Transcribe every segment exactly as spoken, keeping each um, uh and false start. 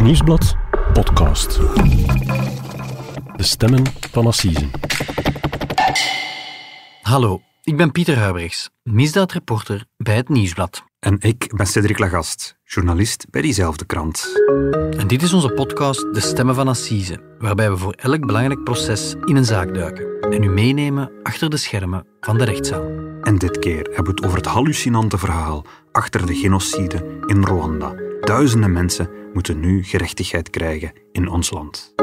Nieuwsblad podcast. De stemmen van Assise. Hallo, ik ben Pieter Huybrechts, misdaadreporter bij het Nieuwsblad. En ik ben Cédric Lagast, journalist bij diezelfde krant. En dit is onze podcast De Stemmen van Assise, waarbij we voor elk belangrijk proces in een zaak duiken en u meenemen achter de schermen van de rechtszaal. En dit keer hebben we het over het hallucinante verhaal achter de genocide in Rwanda. Duizenden mensen moeten nu gerechtigheid krijgen in ons land.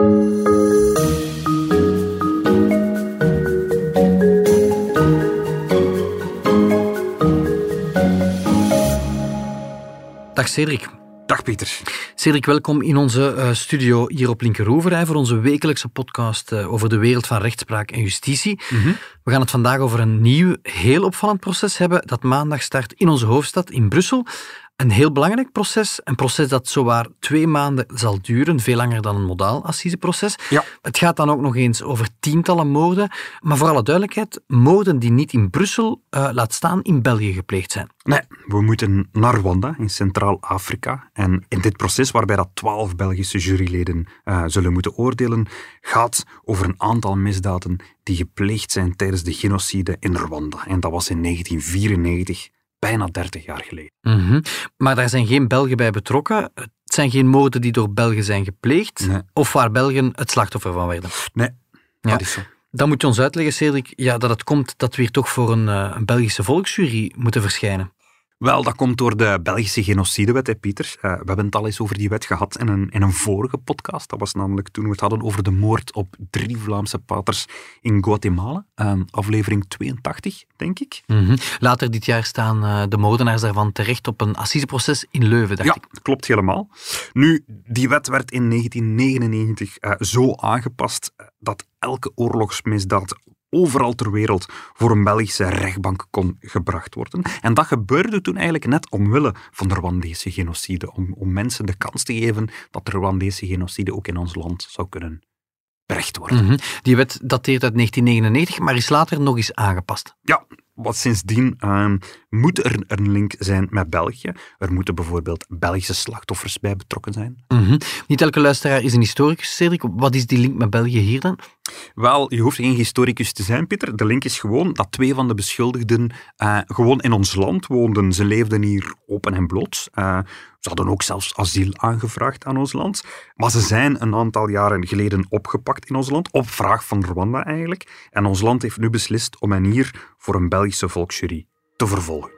Dag Cédric. Dag Pieter. Cédric, welkom in onze uh, studio hier op Linkeroever hè, voor onze wekelijkse podcast uh, over de wereld van rechtspraak en justitie. Mm-hmm. We gaan het vandaag over een nieuw, heel opvallend proces hebben dat maandag start in onze hoofdstad, in Brussel. Een heel belangrijk proces, een proces dat zowaar twee maanden zal duren, veel langer dan een modaal assiseproces. Ja. Het gaat dan ook nog eens over tientallen moorden, maar voor alle duidelijkheid, moorden die niet in Brussel, uh, laat staan in België gepleegd zijn. Nee, we moeten naar Rwanda in Centraal-Afrika. En in dit proces, waarbij dat twaalf Belgische juryleden uh, zullen moeten oordelen, gaat over een aantal misdaden die gepleegd zijn tijdens de genocide in Rwanda. En dat was in negentien vierennegentig. Bijna dertig jaar geleden. Mm-hmm. Maar daar zijn geen Belgen bij betrokken. Het zijn geen moorden die door Belgen zijn gepleegd. Nee. Of waar Belgen het slachtoffer van werden. Nee, ja. dat is zo. Dan moet je ons uitleggen, Cédric, ja, dat het komt dat we hier toch voor een, uh, een Belgische volksjury moeten verschijnen. Wel, dat komt door de Belgische genocidewet, hè, Pieter. Uh, we hebben het al eens over die wet gehad in een, in een vorige podcast. Dat was namelijk toen we het hadden over de moord op drie Vlaamse paters in Guatemala. Uh, aflevering tweeëntachtig, denk ik. Mm-hmm. Later dit jaar staan uh, de moordenaars daarvan terecht op een assiseproces in Leuven, dacht ja, ik. Ja, klopt helemaal. Nu, die wet werd in negentien negenennegentig uh, zo aangepast uh, dat elke oorlogsmisdaad overal ter wereld voor een Belgische rechtbank kon gebracht worden. En dat gebeurde toen eigenlijk net omwille van de Rwandese genocide. Om, om mensen de kans te geven dat de Rwandese genocide ook in ons land zou kunnen berecht worden. Mm-hmm. Die wet dateert uit negentien negenennegentig, maar is later nog eens aangepast. Ja, wat sindsdien uh, moet er een link zijn met België. Er moeten bijvoorbeeld Belgische slachtoffers bij betrokken zijn. Mm-hmm. Niet elke luisteraar is een historicus, Cédric. Wat is die link met België hier dan? Wel, je hoeft geen historicus te zijn, Pieter. De link is gewoon dat twee van de beschuldigden uh, gewoon in ons land woonden. Ze leefden hier open en bloot. Uh, ze hadden ook zelfs asiel aangevraagd aan ons land. Maar ze zijn een aantal jaren geleden opgepakt in ons land, op vraag van Rwanda eigenlijk. En ons land heeft nu beslist om hen hier voor een Belgische volksjury te vervolgen.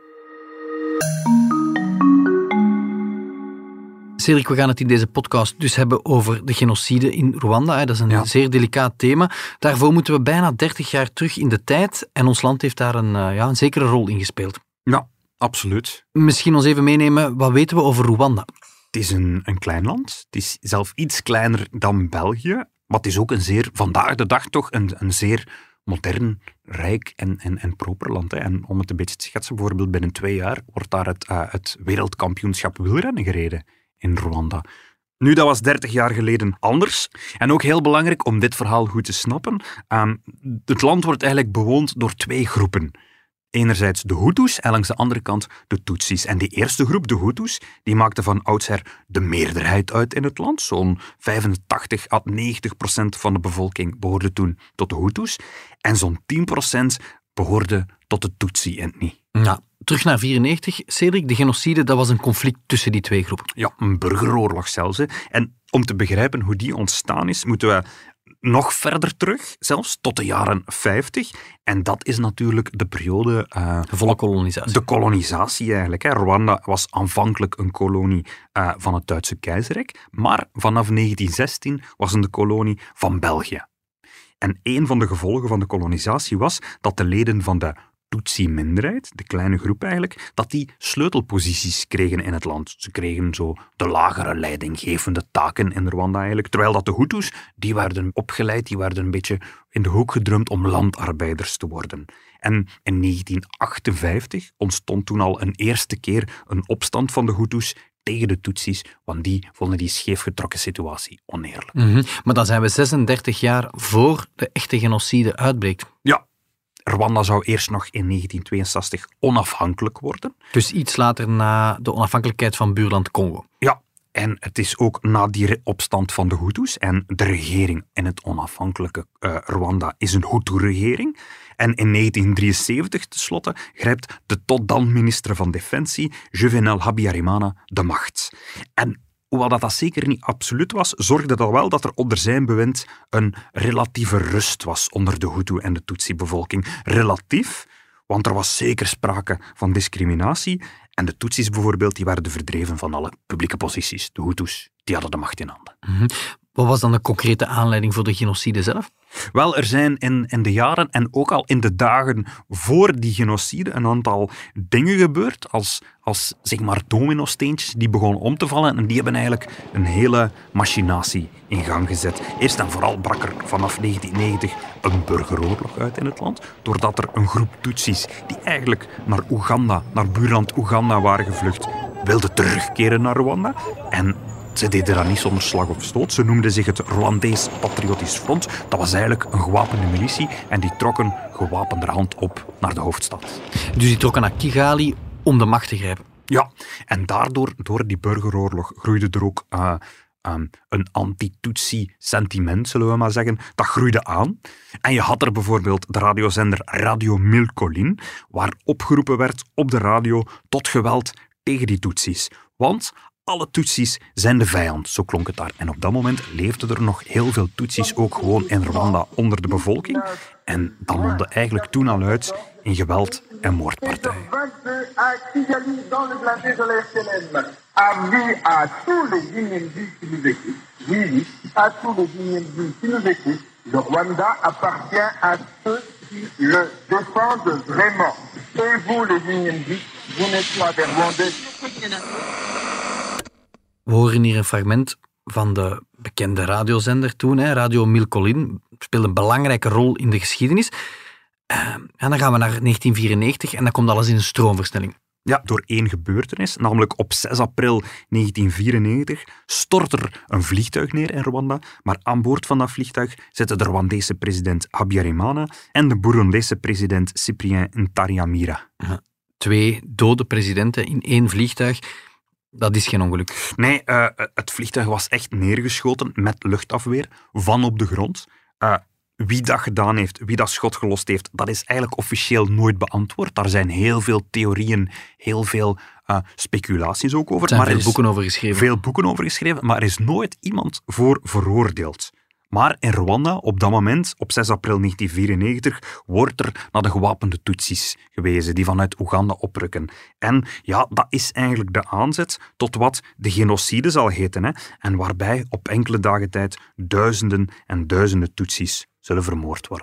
Cédric, we gaan het in deze podcast dus hebben over de genocide in Rwanda. Dat is een ja. zeer delicaat thema. Daarvoor moeten we bijna dertig jaar terug in de tijd en ons land heeft daar een, ja, een zekere rol in gespeeld. Ja, absoluut. Misschien ons even meenemen, wat weten we over Rwanda? Het is een, een klein land. Het is zelf iets kleiner dan België, maar het is ook een zeer, vandaag de dag toch, een, een zeer modern, rijk en, en, en proper land. Hè. En om het een beetje te schetsen, bijvoorbeeld binnen twee jaar wordt daar het, uh, het wereldkampioenschap wielrennen gereden in Rwanda. Nu, dat was dertig jaar geleden anders. En ook heel belangrijk om dit verhaal goed te snappen. Um, het land wordt eigenlijk bewoond door twee groepen. Enerzijds de Hutus en langs de andere kant de Tutsis. En die eerste groep, de Hutus, die maakte van oudsher de meerderheid uit in het land. Zo'n vijfentachtig à negentig procent van de bevolking behoorde toen tot de Hutus. En zo'n tien procent behoorde tot de Tutsi-etnie. Ja. Terug naar vierennegentig, Cédric, de genocide, dat was een conflict tussen die twee groepen. Ja, een burgeroorlog zelfs. Hè. En om te begrijpen hoe die ontstaan is, moeten we nog verder terug, zelfs tot de jaren vijftig. En dat is natuurlijk de periode... Uh, de volle kolonisatie. De kolonisatie eigenlijk. Hè. Rwanda was aanvankelijk een kolonie uh, van het Duitse keizerrijk, maar vanaf negentien zestien was het een kolonie van België. En een van de gevolgen van de kolonisatie was dat de leden van de Tutsi-minderheid, de kleine groep eigenlijk, dat die sleutelposities kregen in het land. Ze kregen zo de lagere leidinggevende taken in Rwanda eigenlijk, terwijl dat de Hutus, die werden opgeleid, die werden een beetje in de hoek gedrumd om landarbeiders te worden. En in negentien achtenvijftig ontstond toen al een eerste keer een opstand van de Hutus tegen de Tutsis, want die vonden die scheefgetrokken situatie oneerlijk. Mm-hmm. Maar dan zijn we zesendertig jaar voor de echte genocide uitbreekt. Ja. Rwanda zou eerst nog in negentien tweeënzestig onafhankelijk worden. Dus iets later na de onafhankelijkheid van buurland Congo. Ja, En het is ook na die opstand van de Hutus en de regering in het onafhankelijke uh, Rwanda is een Hutu-regering. En in negentien drieënzeventig tenslotte grijpt de tot dan minister van Defensie, Juvenal Habyarimana, de macht. En hoewel dat, dat zeker niet absoluut was, zorgde dat wel dat er onder zijn bewind een relatieve rust was onder de Hutu en de Tutsi-bevolking. Relatief, want er was zeker sprake van discriminatie. En de Tutsis bijvoorbeeld, die werden verdreven van alle publieke posities. De Hutus, die hadden de macht in handen. Mm-hmm. Wat was dan de concrete aanleiding voor de genocide zelf? Wel, er zijn in, in de jaren en ook al in de dagen voor die genocide een aantal dingen gebeurd, als, als zeg maar domino-steentjes die begonnen om te vallen en die hebben eigenlijk een hele machinatie in gang gezet. Eerst en vooral brak er vanaf negentien negentig een burgeroorlog uit in het land, doordat er een groep Tutsis die eigenlijk naar Oeganda, naar buurland Oeganda waren gevlucht, wilden terugkeren naar Rwanda. En ze deden dat niet zonder slag of stoot. Ze noemden zich het Rwandees Patriotisch Front. Dat was eigenlijk een gewapende militie en die trokken gewapenderhand op naar de hoofdstad. Dus die trokken naar Kigali om de macht te grijpen? Ja, en daardoor, door die burgeroorlog, groeide er ook uh, um, een anti-Tutsi-sentiment, zullen we maar zeggen. Dat groeide aan. En je had er bijvoorbeeld de radiozender Radio Milkolin, waar opgeroepen werd op de radio tot geweld tegen die Tutsis. Want alle Tutsis zijn de vijand, zo klonk het daar. En op dat moment leefden er nog heel veel Tutsis ook gewoon in Rwanda onder de bevolking. En dat mondde eigenlijk toen al uit in geweld en moordpartijen. Le Rwanda appartient à ceux qui le défendent vraiment. Et vous, les Nyingi, vous n'êtes pas des Rwandais. We horen hier een fragment van de bekende radiozender toen, hè, Radio Milkolin. Speelde een belangrijke rol in de geschiedenis. Uh, en dan gaan we naar negentien vierennegentig en dan komt alles in een stroomversnelling. Ja, door één gebeurtenis, namelijk op zes april negentien vierennegentig, stort er een vliegtuig neer in Rwanda, maar aan boord van dat vliegtuig zitten de Rwandese president Habyarimana en de Burundese president Cyprien Ntaryamira. Uh, twee dode presidenten in één vliegtuig. Dat is geen ongeluk. Nee, uh, het vliegtuig was echt neergeschoten met luchtafweer van op de grond. Uh, wie dat gedaan heeft, wie dat schot gelost heeft, dat is eigenlijk officieel nooit beantwoord. Daar zijn heel veel theorieën, heel veel uh, speculaties ook over. Er zijn maar veel er is boeken over geschreven. Veel boeken over geschreven, maar er is nooit iemand voor veroordeeld. Maar in Rwanda, op dat moment, op zes april negentien vierennegentig, wordt er naar de gewapende Tutsis gewezen, die vanuit Oeganda oprukken. En ja, dat is eigenlijk de aanzet tot wat de genocide zal heten, hè? En waarbij op enkele dagen tijd duizenden en duizenden Tutsis zullen vermoord worden.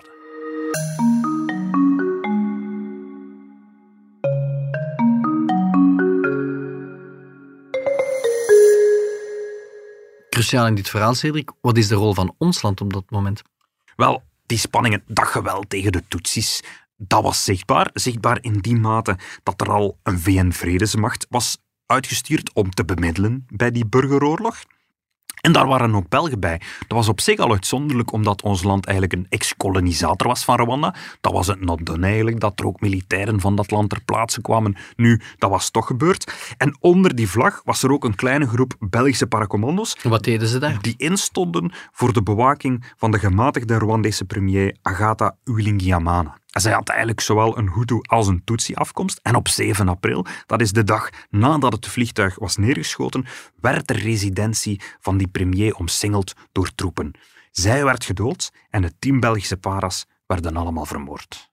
Cruciaal in dit verhaal, Cedric, wat is de rol van ons land op dat moment? Wel, die spanningen, dat geweld tegen de Tutsis, dat was zichtbaar. Zichtbaar in die mate dat er al een V N-vredesmacht was uitgestuurd om te bemiddelen bij die burgeroorlog. En daar waren ook Belgen bij. Dat was op zich al uitzonderlijk, omdat ons land eigenlijk een ex-kolonisator was van Rwanda. Dat was het not done eigenlijk, dat er ook militairen van dat land ter plaatse kwamen. Nu, dat was toch gebeurd. En onder die vlag was er ook een kleine groep Belgische paracommando's. Wat deden ze daar? Die instonden voor de bewaking van de gematigde Rwandese premier Agatha Uwilingiyimana. En zij had eigenlijk zowel een Hutu als een Tutsi afkomst. En op zeven april, dat is de dag nadat het vliegtuig was neergeschoten, werd de residentie van die premier omsingeld door troepen. Zij werd gedood en de tien Belgische paras werden allemaal vermoord.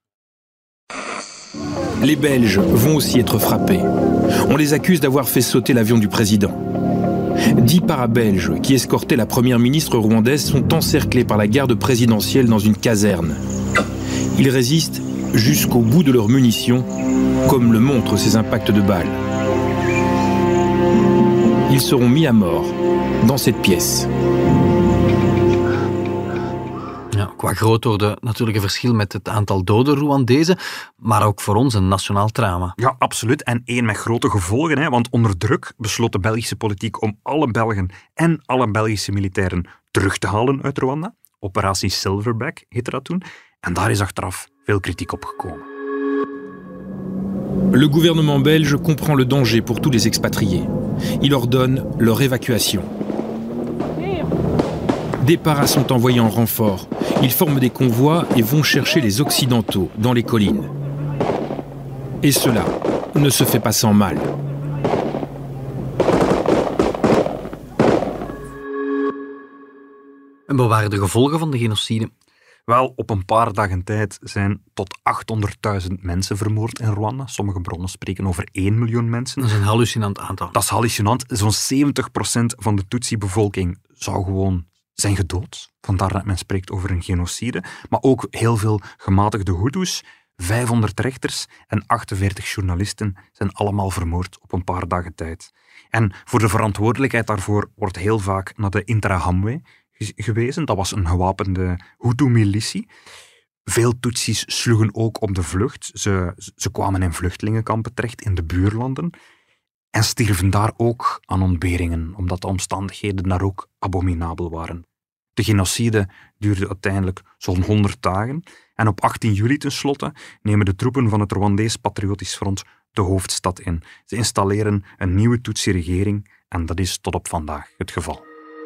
Les Belges vont aussi être frappés. On les accuse d'avoir fait sauter l'avion du président. Dix para-belges qui escortaient la première ministre rwandaise sont encerclés par la garde présidentielle dans une caserne. Ils résistent jusqu'au bout de leurs munitions, comme le montrent ces impacts de balles. Ils seront mis à mort dans cette pièce. Ja, qua grootorde natuurlijk een verschil met het aantal dode Rwandezen, maar ook voor ons een nationaal trauma. Ja, absoluut. En één met grote gevolgen, hè, want onder druk besloot de Belgische politiek om alle Belgen en alle Belgische militairen terug te halen uit Rwanda. Operatie Silverback heette dat toen. En daar is achteraf veel kritiek op gekomen. Le gouvernement belge comprend le danger pour tous les expatriés. Il ordonne leur évacuation. Des paras sont envoyés en renfort. Ils forment des convois et vont chercher les Occidentaux dans les collines. Et cela ne se fait pas sans mal. En wat waren de gevolgen van de genocide? Wel, op een paar dagen tijd zijn tot achthonderdduizend mensen vermoord in Rwanda. Sommige bronnen spreken over één miljoen mensen. Dat is een hallucinant aantal. Dat is hallucinant. Zo'n zeventig procent van de Tutsi-bevolking zou gewoon zijn gedood. Vandaar dat men spreekt over een genocide. Maar ook heel veel gematigde Hutus, vijfhonderd rechters en achtenveertig journalisten zijn allemaal vermoord op een paar dagen tijd. En voor de verantwoordelijkheid daarvoor wordt heel vaak naar de Interahamwe gewezen. Dat was een gewapende Hutu-militie. Veel Tutsis sloegen ook op de vlucht. Ze, ze kwamen in vluchtelingenkampen terecht in de buurlanden en stierven daar ook aan ontberingen, omdat de omstandigheden daar ook abominabel waren. De genocide duurde uiteindelijk zo'n honderd dagen en op achttien juli tenslotte nemen de troepen van het Rwandees Patriotisch Front de hoofdstad in. Ze installeren een nieuwe Tutsi-regering en dat is tot op vandaag het geval.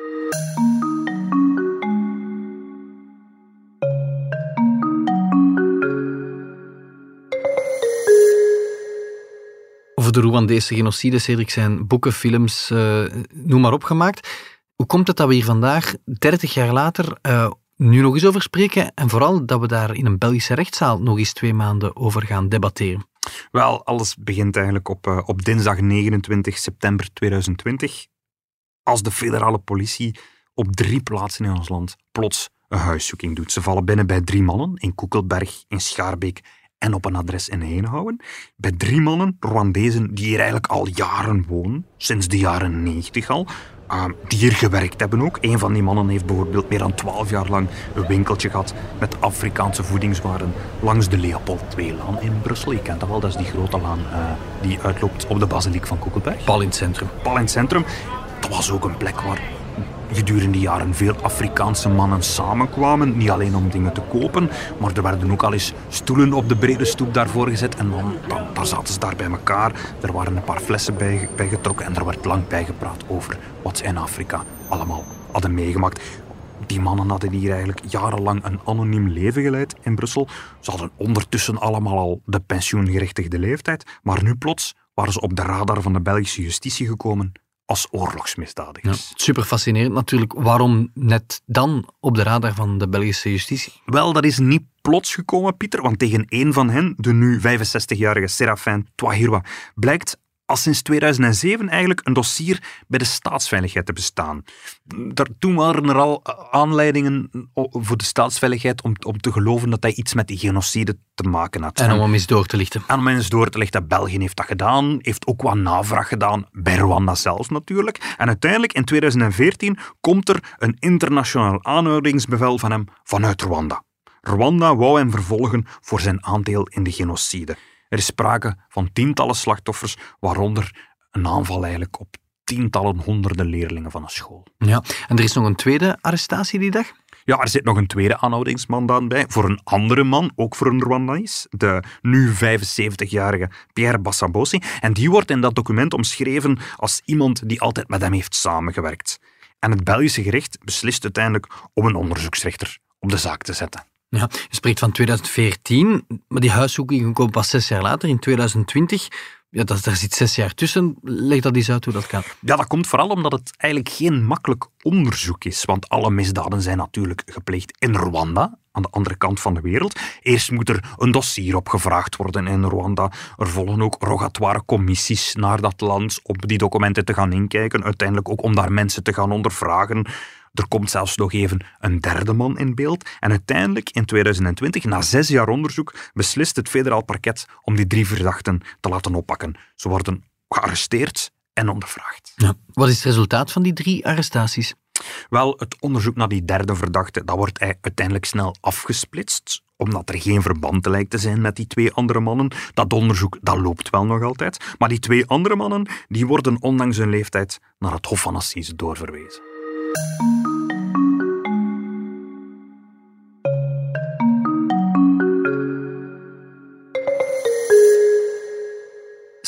Over de Rwandese genocide, Cedric, zijn boeken, films, uh, noem maar op gemaakt. Hoe komt het dat we hier vandaag, dertig jaar later, uh, nu nog eens over spreken en vooral dat we daar in een Belgische rechtszaal nog eens twee maanden over gaan debatteren? Wel, alles begint eigenlijk op, uh, op dinsdag negenentwintig september tweeduizend twintig, als de federale politie op drie plaatsen in ons land plots een huiszoeking doet. Ze vallen binnen bij drie mannen, in Koekelberg, in Schaarbeek en op een adres in Heenhouden. Bij drie mannen, Rwandezen, die hier eigenlijk al jaren wonen, sinds de jaren negentig al, uh, die hier gewerkt hebben ook. Een van die mannen heeft bijvoorbeeld meer dan twaalf jaar lang een winkeltje gehad met Afrikaanse voedingswaren langs de Leopold twee-laan in Brussel. Je kent dat wel, dat is die grote laan uh, die uitloopt op de basiliek van Koekelberg. Pal in het centrum. Pal in het centrum. Dat was ook een plek waar gedurende die jaren veel Afrikaanse mannen samenkwamen. Niet alleen om dingen te kopen, maar er werden ook al eens stoelen op de brede stoep daarvoor gezet. En dan, dan, dan zaten ze daar bij elkaar. Er waren een paar flessen bij, bij getrokken en er werd lang bijgepraat over wat ze in Afrika allemaal hadden meegemaakt. Die mannen hadden hier eigenlijk jarenlang een anoniem leven geleid in Brussel. Ze hadden ondertussen allemaal al de pensioengerechtigde leeftijd. Maar nu plots waren ze op de radar van de Belgische justitie gekomen als oorlogsmisdadigers. Ja, super fascinerend natuurlijk. Waarom net dan op de radar van de Belgische justitie? Wel, dat is niet plots gekomen, Pieter, want tegen één van hen, de nu vijfenzestigjarige Serafin Twahirwa, blijkt al sinds tweeduizend zeven eigenlijk een dossier bij de staatsveiligheid te bestaan. Daar, toen waren er al aanleidingen voor de staatsveiligheid om, om te geloven dat hij iets met die genocide te maken had. En om hem eens door te lichten. En om hem eens door te lichten. België heeft dat gedaan, heeft ook wat navraag gedaan, bij Rwanda zelf natuurlijk. En uiteindelijk in tweeduizend veertien komt er een internationaal aanhoudingsbevel van hem vanuit Rwanda. Rwanda wou hem vervolgen voor zijn aandeel in de genocide. Er is sprake van tientallen slachtoffers, waaronder een aanval eigenlijk op tientallen honderden leerlingen van een school. Ja, en er is nog een tweede arrestatie die dag? Ja, er zit nog een tweede aanhoudingsmandaat bij, voor een andere man, ook voor een Rwandees, de nu vijfenzeventigjarige Pierre Bassabosi. En die wordt in dat document omschreven als iemand die altijd met hem heeft samengewerkt. En het Belgische gerecht beslist uiteindelijk om een onderzoeksrechter op de zaak te zetten. Ja, je spreekt van tweeduizend veertien, maar die huiszoekingen komen pas zes jaar later, in tweeduizend twintig. Ja, dat, daar zit zes jaar tussen. Leg dat eens uit hoe dat kan. Ja, dat komt vooral omdat het eigenlijk geen makkelijk onderzoek is. Want alle misdaden zijn natuurlijk gepleegd in Rwanda, aan de andere kant van de wereld. Eerst moet er een dossier opgevraagd worden in Rwanda. Er volgen ook rogatoire commissies naar dat land om die documenten te gaan inkijken. Uiteindelijk ook om daar mensen te gaan ondervragen. Er komt zelfs nog even een derde man in beeld. En uiteindelijk, in tweeduizend twintig, na zes jaar onderzoek, beslist het federaal parket om die drie verdachten te laten oppakken. Ze worden gearresteerd en ondervraagd. Ja. Wat is het resultaat van die drie arrestaties? Wel, het onderzoek naar die derde verdachte, dat wordt uiteindelijk snel afgesplitst, omdat er geen verband lijkt te zijn met die twee andere mannen. Dat onderzoek, dat loopt wel nog altijd. Maar die twee andere mannen, die worden ondanks hun leeftijd naar het Hof van Assise doorverwezen.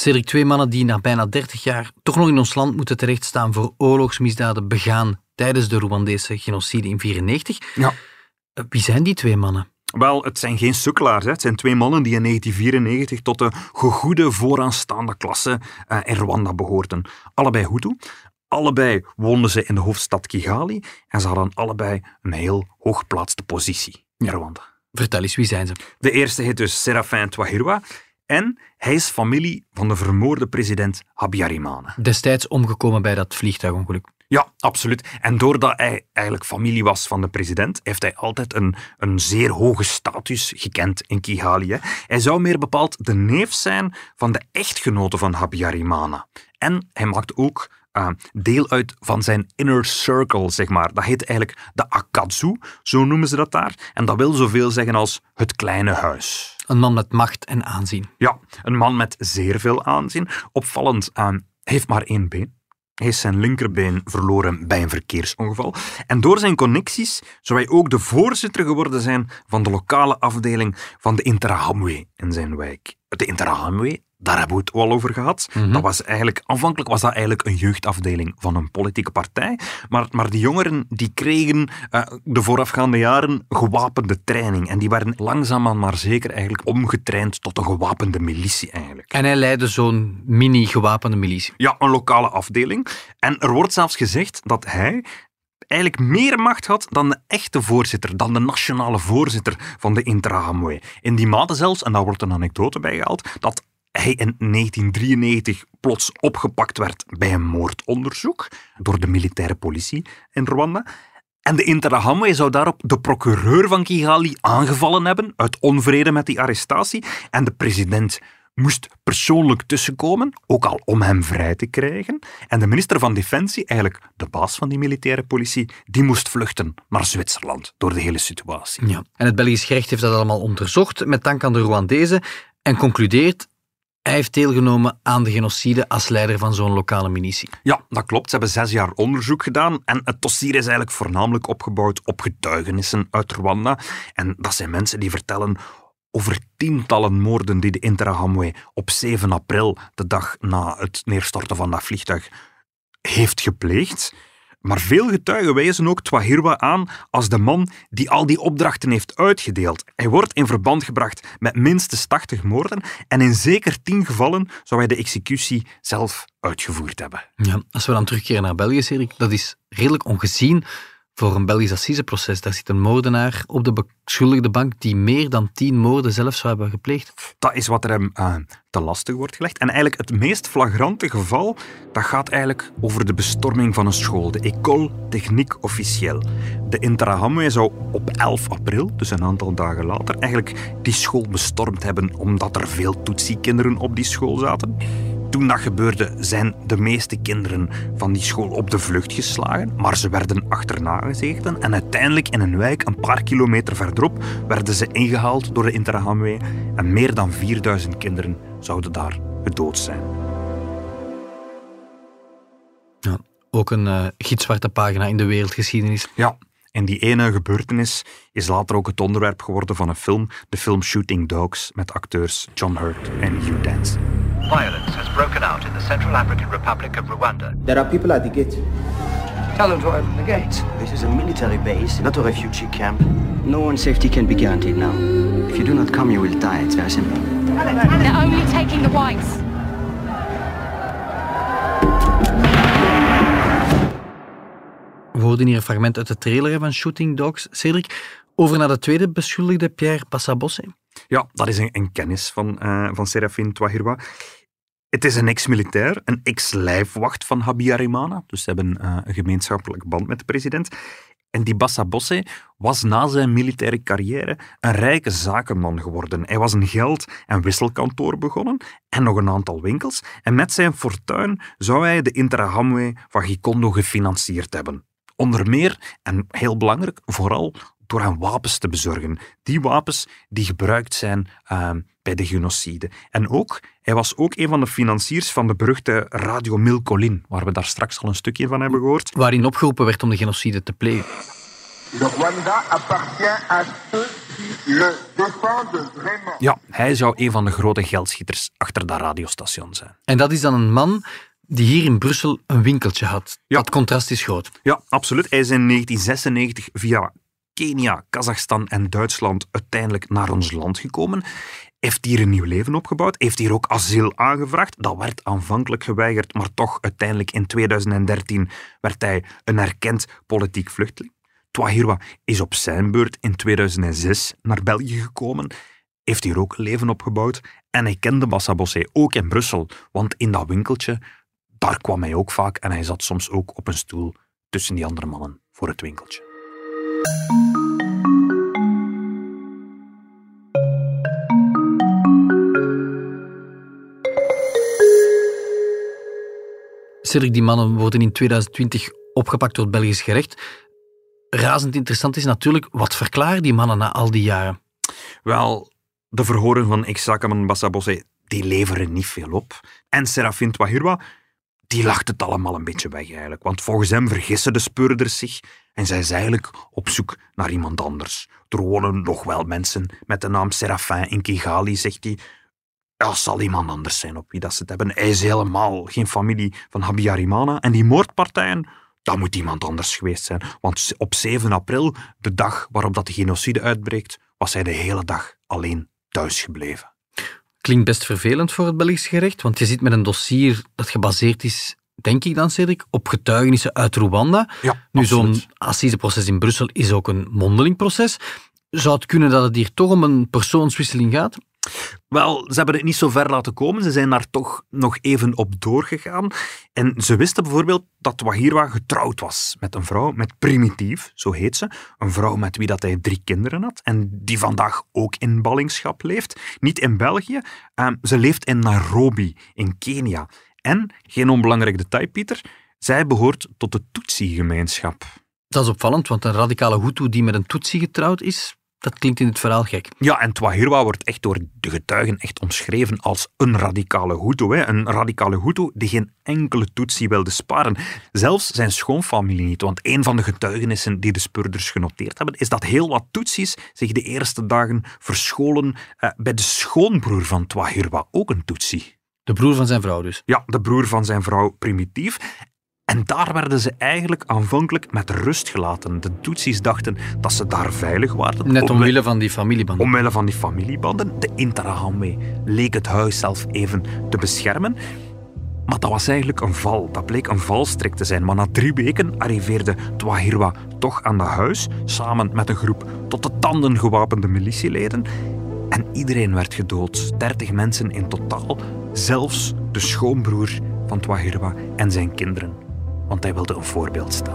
Cedric, twee mannen die na bijna dertig jaar toch nog in ons land moeten terechtstaan voor oorlogsmisdaden begaan tijdens de Rwandese genocide in negentien vierennegentig. Ja. Wie zijn die twee mannen? Wel, het zijn geen sukkelaars. Hè. Het zijn twee mannen die in negentien vierennegentig tot de gegoede vooraanstaande klasse uh, in Rwanda behoorden. Allebei Hutu. Allebei woonden ze in de hoofdstad Kigali en ze hadden allebei een heel hooggeplaatste positie in Rwanda. Vertel eens, wie zijn ze? De eerste heet dus Séraphin Twahirwa en hij is familie van de vermoorde president Habyarimana. Destijds omgekomen bij dat vliegtuigongeluk. Ja, absoluut. En doordat hij eigenlijk familie was van de president, heeft hij altijd een, een zeer hoge status gekend in Kigali. Hè. Hij zou meer bepaald de neef zijn van de echtgenote van Habyarimana. En hij maakt ook uh, deel uit van zijn inner circle, zeg maar. Dat heet eigenlijk de Akatsu, zo noemen ze dat daar. En dat wil zoveel zeggen als het kleine huis. Een man met macht en aanzien. Ja, een man met zeer veel aanzien. Opvallend, uh, hij heeft maar één been. Hij is zijn linkerbeen verloren bij een verkeersongeval. En door zijn connecties zou hij ook de voorzitter geworden zijn van de lokale afdeling van de Interahamwe in zijn wijk. De Interahamwe, daar hebben we het al over gehad. Mm-hmm. Dat was eigenlijk, aanvankelijk was dat eigenlijk een jeugdafdeling van een politieke partij. Maar, maar die jongeren die kregen uh, de voorafgaande jaren gewapende training. En die werden langzaamaan maar zeker eigenlijk omgetraind tot een gewapende militie eigenlijk. En hij leidde zo'n mini-gewapende militie. Ja, een lokale afdeling. En er wordt zelfs gezegd dat hij eigenlijk meer macht had dan de echte voorzitter, dan de nationale voorzitter van de Interahamwe. In die mate zelfs, en daar wordt een anekdote bij gehaald, dat hij in negentien drieënnegentig plots opgepakt werd bij een moordonderzoek door de militaire politie in Rwanda. En de Interahamwe zou daarop de procureur van Kigali aangevallen hebben uit onvrede met die arrestatie. En de president moest persoonlijk tussenkomen, ook al om hem vrij te krijgen. En de minister van Defensie, eigenlijk de baas van die militaire politie, die moest vluchten naar Zwitserland door de hele situatie. Ja. En het Belgisch gerecht heeft dat allemaal onderzocht met dank aan de Rwandezen en concludeert: hij heeft deelgenomen aan de genocide als leider van zo'n lokale militie. Ja, dat klopt. Ze hebben zes jaar onderzoek gedaan en het dossier is eigenlijk voornamelijk opgebouwd op getuigenissen uit Rwanda. En dat zijn mensen die vertellen over tientallen moorden die de Interahamwe op zeven april, de dag na het neerstorten van dat vliegtuig, heeft gepleegd. Maar veel getuigen wijzen ook Twahirwa aan als de man die al die opdrachten heeft uitgedeeld. Hij wordt in verband gebracht met minstens tachtig moorden en in zeker tien gevallen zou hij de executie zelf uitgevoerd hebben. Ja, als we dan terugkeren naar België, Cedric, dat is redelijk ongezien voor een Belgisch assiseproces. Daar zit een moordenaar op de beschuldigde bank die meer dan tien moorden zelf zou hebben gepleegd. Dat is wat er hem uh, te lastig wordt gelegd. En eigenlijk het meest flagrante geval, dat gaat eigenlijk over de bestorming van een school, de École Technique Officielle. De Interahamwe zou op elf april, dus een aantal dagen later, eigenlijk die school bestormd hebben omdat er veel Tutsi-kinderen op die school zaten. Toen dat gebeurde, zijn de meeste kinderen van die school op de vlucht geslagen, maar ze werden achterna gezeten en uiteindelijk in een wijk een paar kilometer verderop werden ze ingehaald door de Interahamwe en meer dan vierduizend kinderen zouden daar gedood zijn. Ja, ook een uh, gitzwarte pagina in de wereldgeschiedenis. Ja, en die ene gebeurtenis is later ook het onderwerp geworden van een film, de film Shooting Dogs, met acteurs John Hurt en Hugh Dance. Violence has broken out in the Central African Republic of Rwanda. There are people at the gate. Tell them to open the gates. This is a military base, not a refugee camp. No one's safety can be guaranteed now. If you do not come, you will die. It's very simple. They're only taking the whites. We hoorden hier een fragment uit de trailer van Shooting Dogs. Cedric, over naar de tweede beschuldigde, Pierre Bassabosse. Ja, dat is een, een kennis van, uh, van Séraphin Twahirwa. Het is een ex-militair, een ex-lijfwacht van Habyarimana. Dus ze hebben uh, een gemeenschappelijke band met de president. En die Bassabosse was na zijn militaire carrière een rijke zakenman geworden. Hij was een geld- en wisselkantoor begonnen en nog een aantal winkels. En met zijn fortuin zou hij de Interahamwe van Gikondo gefinancierd hebben. Onder meer, en heel belangrijk, vooral door hen wapens te bezorgen. Die wapens die gebruikt zijn uh, bij de genocide. En ook, hij was ook een van de financiers van de beruchte Radio Mille Collines, waar we daar straks al een stukje van hebben gehoord. Waarin opgeroepen werd om de genocide te plegen. Le Rwanda appartient à ceux qui le défendent vraiment. Ja, hij zou een van de grote geldschieters achter dat radiostation zijn. En dat is dan een man die hier in Brussel een winkeltje had. Ja. Dat contrast is groot. Ja, absoluut. Hij is in negentien zesennegentig via Kenia, Kazachstan en Duitsland uiteindelijk naar ons land gekomen. Heeft hier een nieuw leven opgebouwd. Heeft hier ook asiel aangevraagd. Dat werd aanvankelijk geweigerd, maar toch uiteindelijk in tweeduizend dertien werd hij een erkend politiek vluchteling. Twahirwa is op zijn beurt in tweeduizend zes naar België gekomen. Heeft hier ook een leven opgebouwd. En hij kende Bassa Bosé ook in Brussel. Want in dat winkeltje, daar kwam hij ook vaak. En hij zat soms ook op een stoel tussen die andere mannen voor het winkeltje. Cedric, die mannen worden in tweeduizend twintig opgepakt door het Belgisch gerecht. Razend interessant is natuurlijk, wat verklaren die mannen na al die jaren? Wel, de verhoren van ex-zakenman Bassa Bosé, die leveren niet veel op. En Serafin Twahirwa, die lacht het allemaal een beetje weg eigenlijk. Want volgens hem vergissen de speurders zich en zij zijn eigenlijk op zoek naar iemand anders. Er wonen nog wel mensen met de naam Serafin in Kigali, zegt hij. Ja, zal iemand anders zijn op wie dat ze het hebben. Hij is helemaal geen familie van Habyarimana. En die moordpartijen, dat moet iemand anders geweest zijn. Want op zeven april, de dag waarop dat de genocide uitbreekt, was hij de hele dag alleen thuis gebleven. Klinkt best vervelend voor het Belgisch gerecht, want je zit met een dossier dat gebaseerd is, denk ik dan, Cedric, op getuigenissen uit Rwanda. Ja, nu, absoluut. Zo'n assiseproces in Brussel is ook een mondeling proces. Zou het kunnen dat het hier toch om een persoonswisseling gaat? Wel, ze hebben het niet zo ver laten komen. Ze zijn daar toch nog even op doorgegaan. En ze wisten bijvoorbeeld dat Twahirwa getrouwd was met een vrouw, met Primitief, zo heet ze. Een vrouw met wie dat hij drie kinderen had en die vandaag ook in ballingschap leeft. Niet in België, um, ze leeft in Nairobi, in Kenia. En, geen onbelangrijk detail, Pieter, zij behoort tot de Tutsi-gemeenschap. Dat is opvallend, want een radicale Hutu die met een Tutsi getrouwd is, dat klinkt in het verhaal gek. Ja, en Twahirwa wordt echt door de getuigen echt omschreven als een radicale Hutu. Hè. Een radicale Hutu die geen enkele Tutsi wilde sparen. Zelfs zijn schoonfamilie niet. Want een van de getuigenissen die de speurders genoteerd hebben, is dat heel wat Tutsis zich de eerste dagen verscholen eh, bij de schoonbroer van Twahirwa, ook een Tutsi. De broer van zijn vrouw dus. Ja, de broer van zijn vrouw Primitief. En daar werden ze eigenlijk aanvankelijk met rust gelaten. De Tutsis dachten dat ze daar veilig waren. Net omwille van die familiebanden. Omwille van die familiebanden. De Interahamwe leek het huis zelf even te beschermen. Maar dat was eigenlijk een val. Dat bleek een valstrik te zijn. Maar na drie weken arriveerde Twahirwa toch aan dat huis, samen met een groep tot de tanden gewapende militieleden. En iedereen werd gedood. Dertig mensen in totaal. Zelfs de schoonbroer van Twahirwa en zijn kinderen. Want hij wilde een voorbeeld staan.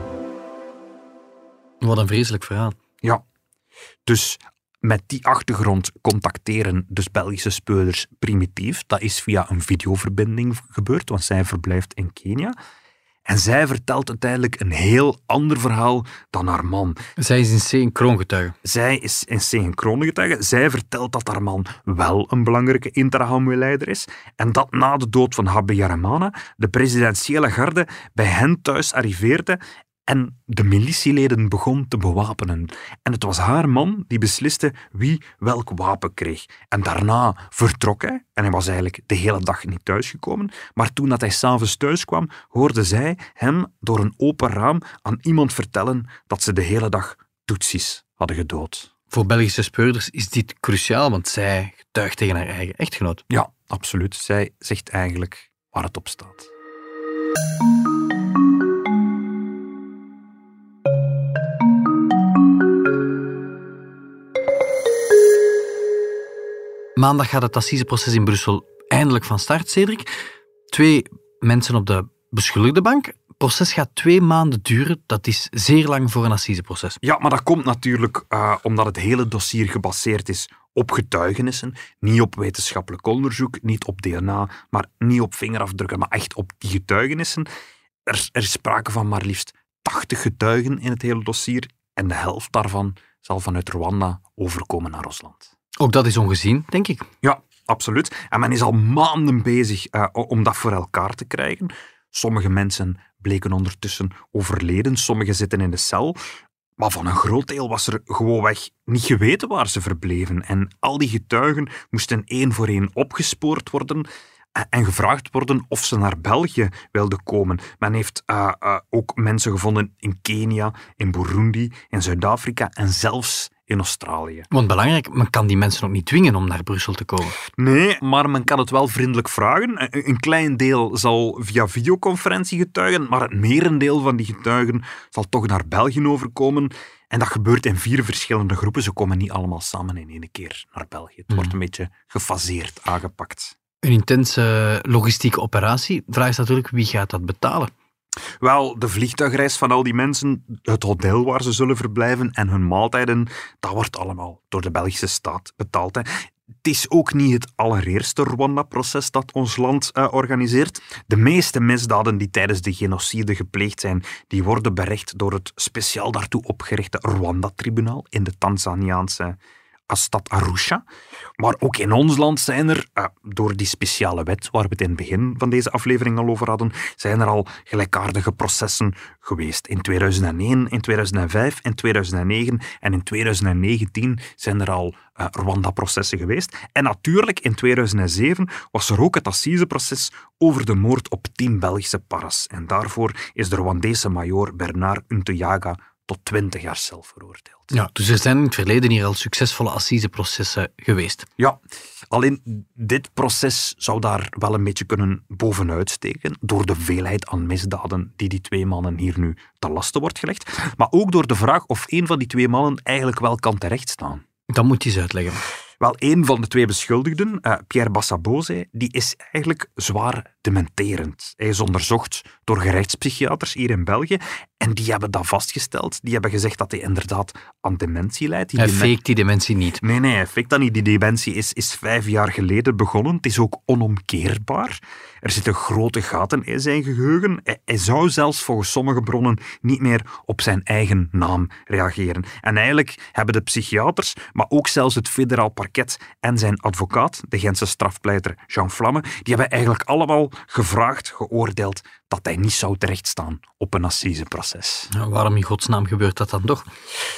Wat een vreselijk verhaal. Ja. Dus met die achtergrond contacteren dus Belgische speurders Primitief. Dat is via een videoverbinding gebeurd, want zij verblijft in Kenia. En zij vertelt uiteindelijk een heel ander verhaal dan haar man. Zij is in C een kroongetuige. Zij is in C een kroongetuige. Zij vertelt dat haar man wel een belangrijke Interahamwe-leider is en dat na de dood van Habyarimana de presidentiële garde bij hen thuis arriveerde en de militieleden begon te bewapenen. En het was haar man die besliste wie welk wapen kreeg. En daarna vertrok hij, en hij was eigenlijk de hele dag niet thuisgekomen, maar toen dat hij s'avonds thuis kwam, hoorde zij hem door een open raam aan iemand vertellen dat ze de hele dag Tutsis hadden gedood. Voor Belgische speurders is dit cruciaal, want zij getuigt tegen haar eigen echtgenoot. Ja, absoluut. Zij zegt eigenlijk waar het op staat. Maandag gaat het assiseproces in Brussel eindelijk van start, Cedric. Twee mensen op de beschuldigde bank. Het proces gaat twee maanden duren. Dat is zeer lang voor een assiseproces. Ja, maar dat komt natuurlijk uh, omdat het hele dossier gebaseerd is op getuigenissen. Niet op wetenschappelijk onderzoek, niet op D N A, maar niet op vingerafdrukken, maar echt op die getuigenissen. Er, er is sprake van maar liefst tachtig getuigen in het hele dossier en de helft daarvan zal vanuit Rwanda overkomen naar Rusland. Ook dat is ongezien, denk ik. Ja, absoluut. En men is al maanden bezig uh, om dat voor elkaar te krijgen. Sommige mensen bleken ondertussen overleden, sommigen zitten in de cel. Maar van een groot deel was er gewoonweg niet geweten waar ze verbleven. En al die getuigen moesten één voor één opgespoord worden en gevraagd worden of ze naar België wilden komen. Men heeft uh, uh, ook mensen gevonden in Kenia, in Burundi, in Zuid-Afrika en zelfs in Australië. Want belangrijk, men kan die mensen ook niet dwingen om naar Brussel te komen. Nee, maar men kan het wel vriendelijk vragen. Een klein deel zal via videoconferentie getuigen, maar het merendeel van die getuigen zal toch naar België overkomen. En dat gebeurt in vier verschillende groepen. Ze komen niet allemaal samen in één keer naar België. Het wordt een beetje gefaseerd aangepakt. Een intense logistieke operatie. De vraag is natuurlijk, wie gaat dat betalen? Wel, de vliegtuigreis van al die mensen, het hotel waar ze zullen verblijven en hun maaltijden, dat wordt allemaal door de Belgische staat betaald. Hè. Het is ook niet het allereerste Rwanda-proces dat ons land uh, organiseert. De meeste misdaden die tijdens de genocide gepleegd zijn, die worden berecht door het speciaal daartoe opgerichte Rwanda-tribunaal in de Tanzaniaanse stad Arusha. Maar ook in ons land zijn er, uh, door die speciale wet waar we het in het begin van deze aflevering al over hadden, zijn er al gelijkaardige processen geweest. In tweeduizend één, in tweeduizend vijf, in tweeduizend negen en in tweeduizend negentien zijn er al uh, Rwanda-processen geweest. En natuurlijk, in tweeduizend zeven was er ook het assiseproces over de moord op tien Belgische paras. En daarvoor is de Rwandese majoor Bernard Untuyaga tot twintig jaar cel veroordeeld. Ja, dus er zijn in het verleden hier al succesvolle assiseprocessen geweest. Ja, alleen dit proces zou daar wel een beetje kunnen bovenuit steken door de veelheid aan misdaden die die twee mannen hier nu ten laste wordt gelegd. Maar ook door de vraag of een van die twee mannen eigenlijk wel kan terechtstaan. Dat moet je eens uitleggen. Wel, een van de twee beschuldigden, uh, Pierre Bassabose, die is eigenlijk zwaar dementerend. Hij is onderzocht door gerechtspsychiaters hier in België en die hebben dat vastgesteld. Die hebben gezegd dat hij inderdaad aan dementie lijdt. Die hij demen- faked die dementie niet. Nee, nee, hij faked dat niet. Die dementie is, is vijf jaar geleden begonnen. Het is ook onomkeerbaar. Er zitten grote gaten in zijn geheugen. Hij, hij zou zelfs volgens sommige bronnen niet meer op zijn eigen naam reageren. En eigenlijk hebben de psychiaters, maar ook zelfs het federaal parket en zijn advocaat, de Gentse strafpleiter Jean Vlamme, die hebben eigenlijk allemaal gevraagd, geoordeeld, dat hij niet zou terechtstaan op een assiseproces. Nou, waarom in godsnaam gebeurt dat dan toch?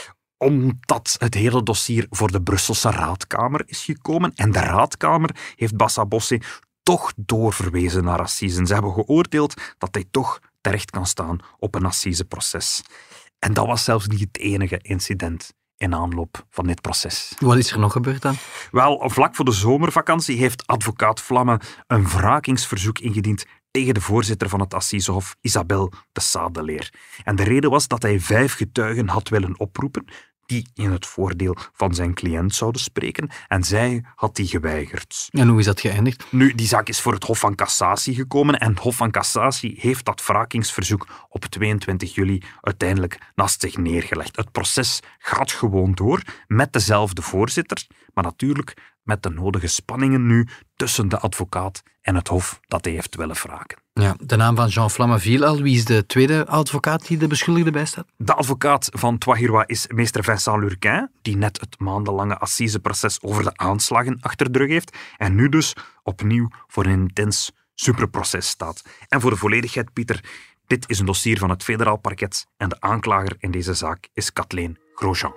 Omdat het hele dossier voor de Brusselse Raadkamer is gekomen. En de Raadkamer heeft Bassabose toch doorverwezen naar assisen. Ze hebben geoordeeld dat hij toch terecht kan staan op een assiseproces. En dat was zelfs niet het enige incident in aanloop van dit proces. Wat is er nog gebeurd dan? Wel, vlak voor de zomervakantie heeft advocaat Vlamme een wrakingsverzoek ingediend tegen de voorzitter van het Assisehof, Isabelle de Sadeleer. En de reden was dat hij vijf getuigen had willen oproepen die in het voordeel van zijn cliënt zouden spreken. En zij had die geweigerd. En hoe is dat geëindigd? Nu, die zaak is voor het Hof van Cassatie gekomen en het Hof van Cassatie heeft dat wrakingsverzoek op tweeëntwintig juli uiteindelijk naast zich neergelegd. Het proces gaat gewoon door met dezelfde voorzitter, maar natuurlijk met de nodige spanningen nu tussen de advocaat en het hof dat hij heeft willen wraken. Ja, de naam van Jean Vlamme viel al. Wie is de tweede advocaat die de beschuldigde bijstaat? De advocaat van Twahirwa is meester Vincent Lurquin, die net het maandenlange assiseproces over de aanslagen achter de rug heeft en nu dus opnieuw voor een intens superproces staat. En voor de volledigheid, Pieter, dit is een dossier van het federaal parket en de aanklager in deze zaak is Kathleen Grosjean.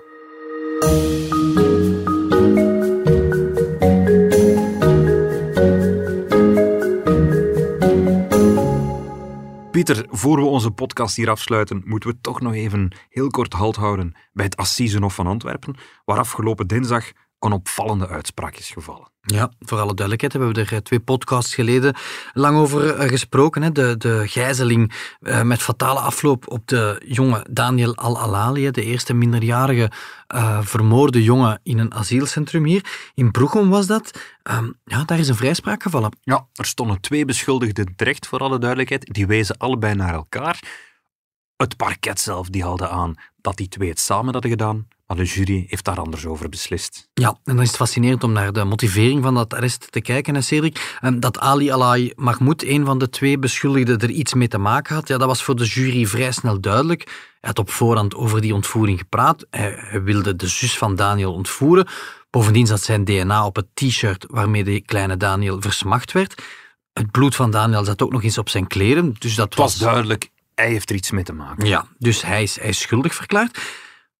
Pieter, voor we onze podcast hier afsluiten, moeten we toch nog even heel kort halt houden bij het Assisenhof van Antwerpen, waar afgelopen dinsdag een opvallende uitspraak is gevallen. Ja, voor alle duidelijkheid hebben we er twee podcasts geleden lang over gesproken. Hè. De, de gijzeling uh, met fatale afloop op de jonge Daniel Al-Alali, de eerste minderjarige uh, vermoorde jongen in een asielcentrum hier. In Broegem was dat. Um, ja, daar is een vrijspraak gevallen. Ja, er stonden twee beschuldigden terecht, voor alle duidelijkheid. Die wezen allebei naar elkaar. Het parket zelf die haalde aan dat die twee het samen hadden gedaan, maar de jury heeft daar anders over beslist. Ja, en dan is het fascinerend om naar de motivering van dat arrest te kijken, hè, Cedric. Dat Ali Alai Mahmoud, een van de twee beschuldigden, er iets mee te maken had, ja, dat was voor de jury vrij snel duidelijk. Hij had op voorhand over die ontvoering gepraat. Hij, hij wilde de zus van Daniel ontvoeren. Bovendien zat zijn D N A op het t-shirt waarmee de kleine Daniel versmacht werd. Het bloed van Daniel zat ook nog eens op zijn kleren. Dus dat het was was duidelijk, hij heeft er iets mee te maken. Ja, dus hij is, hij is schuldig verklaard.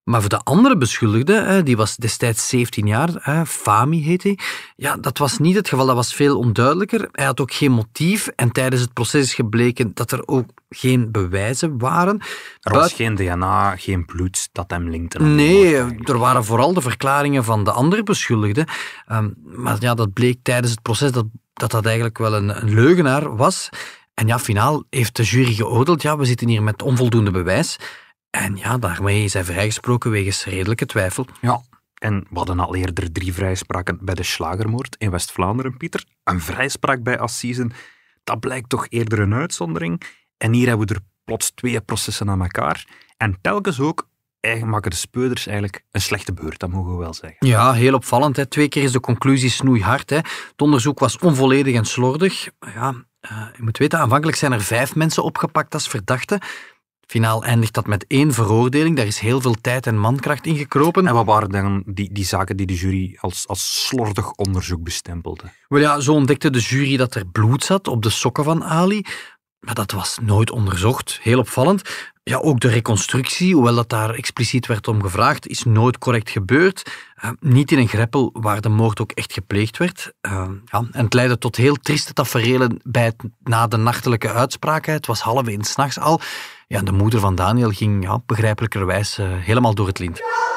Maar voor de andere beschuldigde, die was destijds zeventien jaar, Fahmy heet hij, ja, dat was niet het geval, dat was veel onduidelijker. Hij had ook geen motief en tijdens het proces is gebleken dat er ook geen bewijzen waren. Er was Buit... geen D N A, geen bloed dat hem linkte. Nee, er waren vooral de verklaringen van de andere beschuldigden. Um, maar ja, dat bleek tijdens het proces dat dat, dat eigenlijk wel een, een leugenaar was. En ja, finaal heeft de jury geoordeeld, ja, we zitten hier met onvoldoende bewijs. En ja, daarmee is hij vrijgesproken wegens redelijke twijfel. Ja, en we hadden al eerder drie vrijspraken bij de slagermoord in West-Vlaanderen, Pieter. Een vrijspraak bij Assisen, dat blijkt toch eerder een uitzondering. En hier hebben we er plots twee processen aan elkaar. En telkens ook eigenlijk maken de speurders eigenlijk een slechte beurt, dat mogen we wel zeggen. Ja, heel opvallend. Hè. Twee keer is de conclusie snoeihard. Hè. Het onderzoek was onvolledig en slordig. Ja, uh, je moet weten, aanvankelijk zijn er vijf mensen opgepakt als verdachten. Finaal eindigt dat met één veroordeling. Daar is heel veel tijd en mankracht in gekropen. En wat waren dan die, die zaken die de jury als, als slordig onderzoek bestempelde? Wel ja, zo ontdekte de jury dat er bloed zat op de sokken van Ali. Maar dat was nooit onderzocht. Heel opvallend. Ja, ook de reconstructie, hoewel dat daar expliciet werd om gevraagd, is nooit correct gebeurd. Uh, niet in een greppel waar de moord ook echt gepleegd werd. Uh, ja, en het leidde tot heel trieste taferelen bij het, na de nachtelijke uitspraak. Het was half één 's nachts al. Ja, de moeder van Daniel ging ja, begrijpelijkerwijs uh, helemaal door het lint.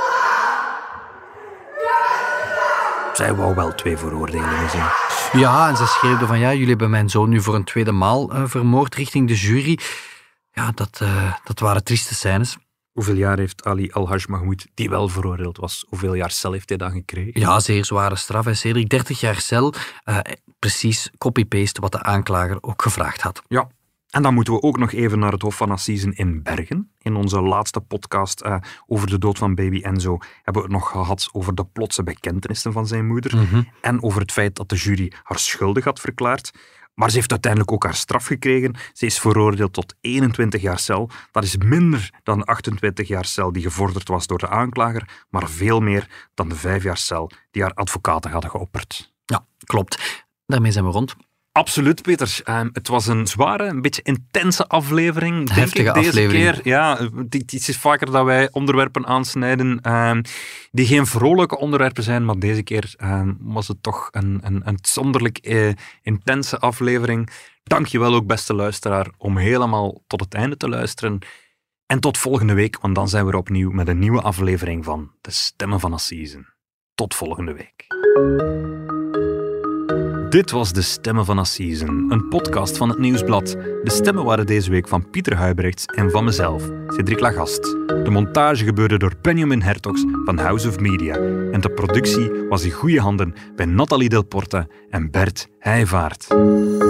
Zij wou wel twee veroordelingen zien. Ja, en ze schreeuwde van ja, jullie hebben mijn zoon nu voor een tweede maal uh, vermoord richting de jury. Ja, dat, uh, dat waren trieste scènes. Hoeveel jaar heeft Ali Al-Haj Mahmoud, die wel veroordeeld was, hoeveel jaar cel heeft hij dan gekregen? Ja, zeer zware straf. Hè. Cedric, dertig jaar cel. Uh, precies copy-paste wat de aanklager ook gevraagd had. Ja. En dan moeten we ook nog even naar het Hof van Assisen in Bergen. In onze laatste podcast uh, over de dood van baby Enzo hebben we het nog gehad over de plotse bekentenissen van zijn moeder. Mm-hmm. En over het feit dat de jury haar schuldig had verklaard. Maar ze heeft uiteindelijk ook haar straf gekregen. Ze is veroordeeld tot eenentwintig jaar cel. Dat is minder dan de achtentwintig jaar cel die gevorderd was door de aanklager, maar veel meer dan de vijf jaar cel die haar advocaten hadden geopperd. Ja, klopt. Daarmee zijn we rond. Absoluut, Peter. Um, het was een zware, een beetje intense aflevering. Denk Heftige ik, deze aflevering. keer. Ja, het is vaker dat wij onderwerpen aansnijden um, die geen vrolijke onderwerpen zijn, maar deze keer um, was het toch een, een, een zonderlijk uh, intense aflevering. Dank je wel ook, beste luisteraar, om helemaal tot het einde te luisteren. En tot volgende week, want dan zijn we er opnieuw met een nieuwe aflevering van De Stemmen van Assisen. Tot volgende week. Dit was De Stemmen van Assisen, een podcast van het Nieuwsblad. De stemmen waren deze week van Pieter Huybrechts en van mezelf, Cedric Lagast. De montage gebeurde door Benjamin Hertogs van House of Media. En de productie was in goede handen bij Nathalie Delporte en Bert Heijvaart.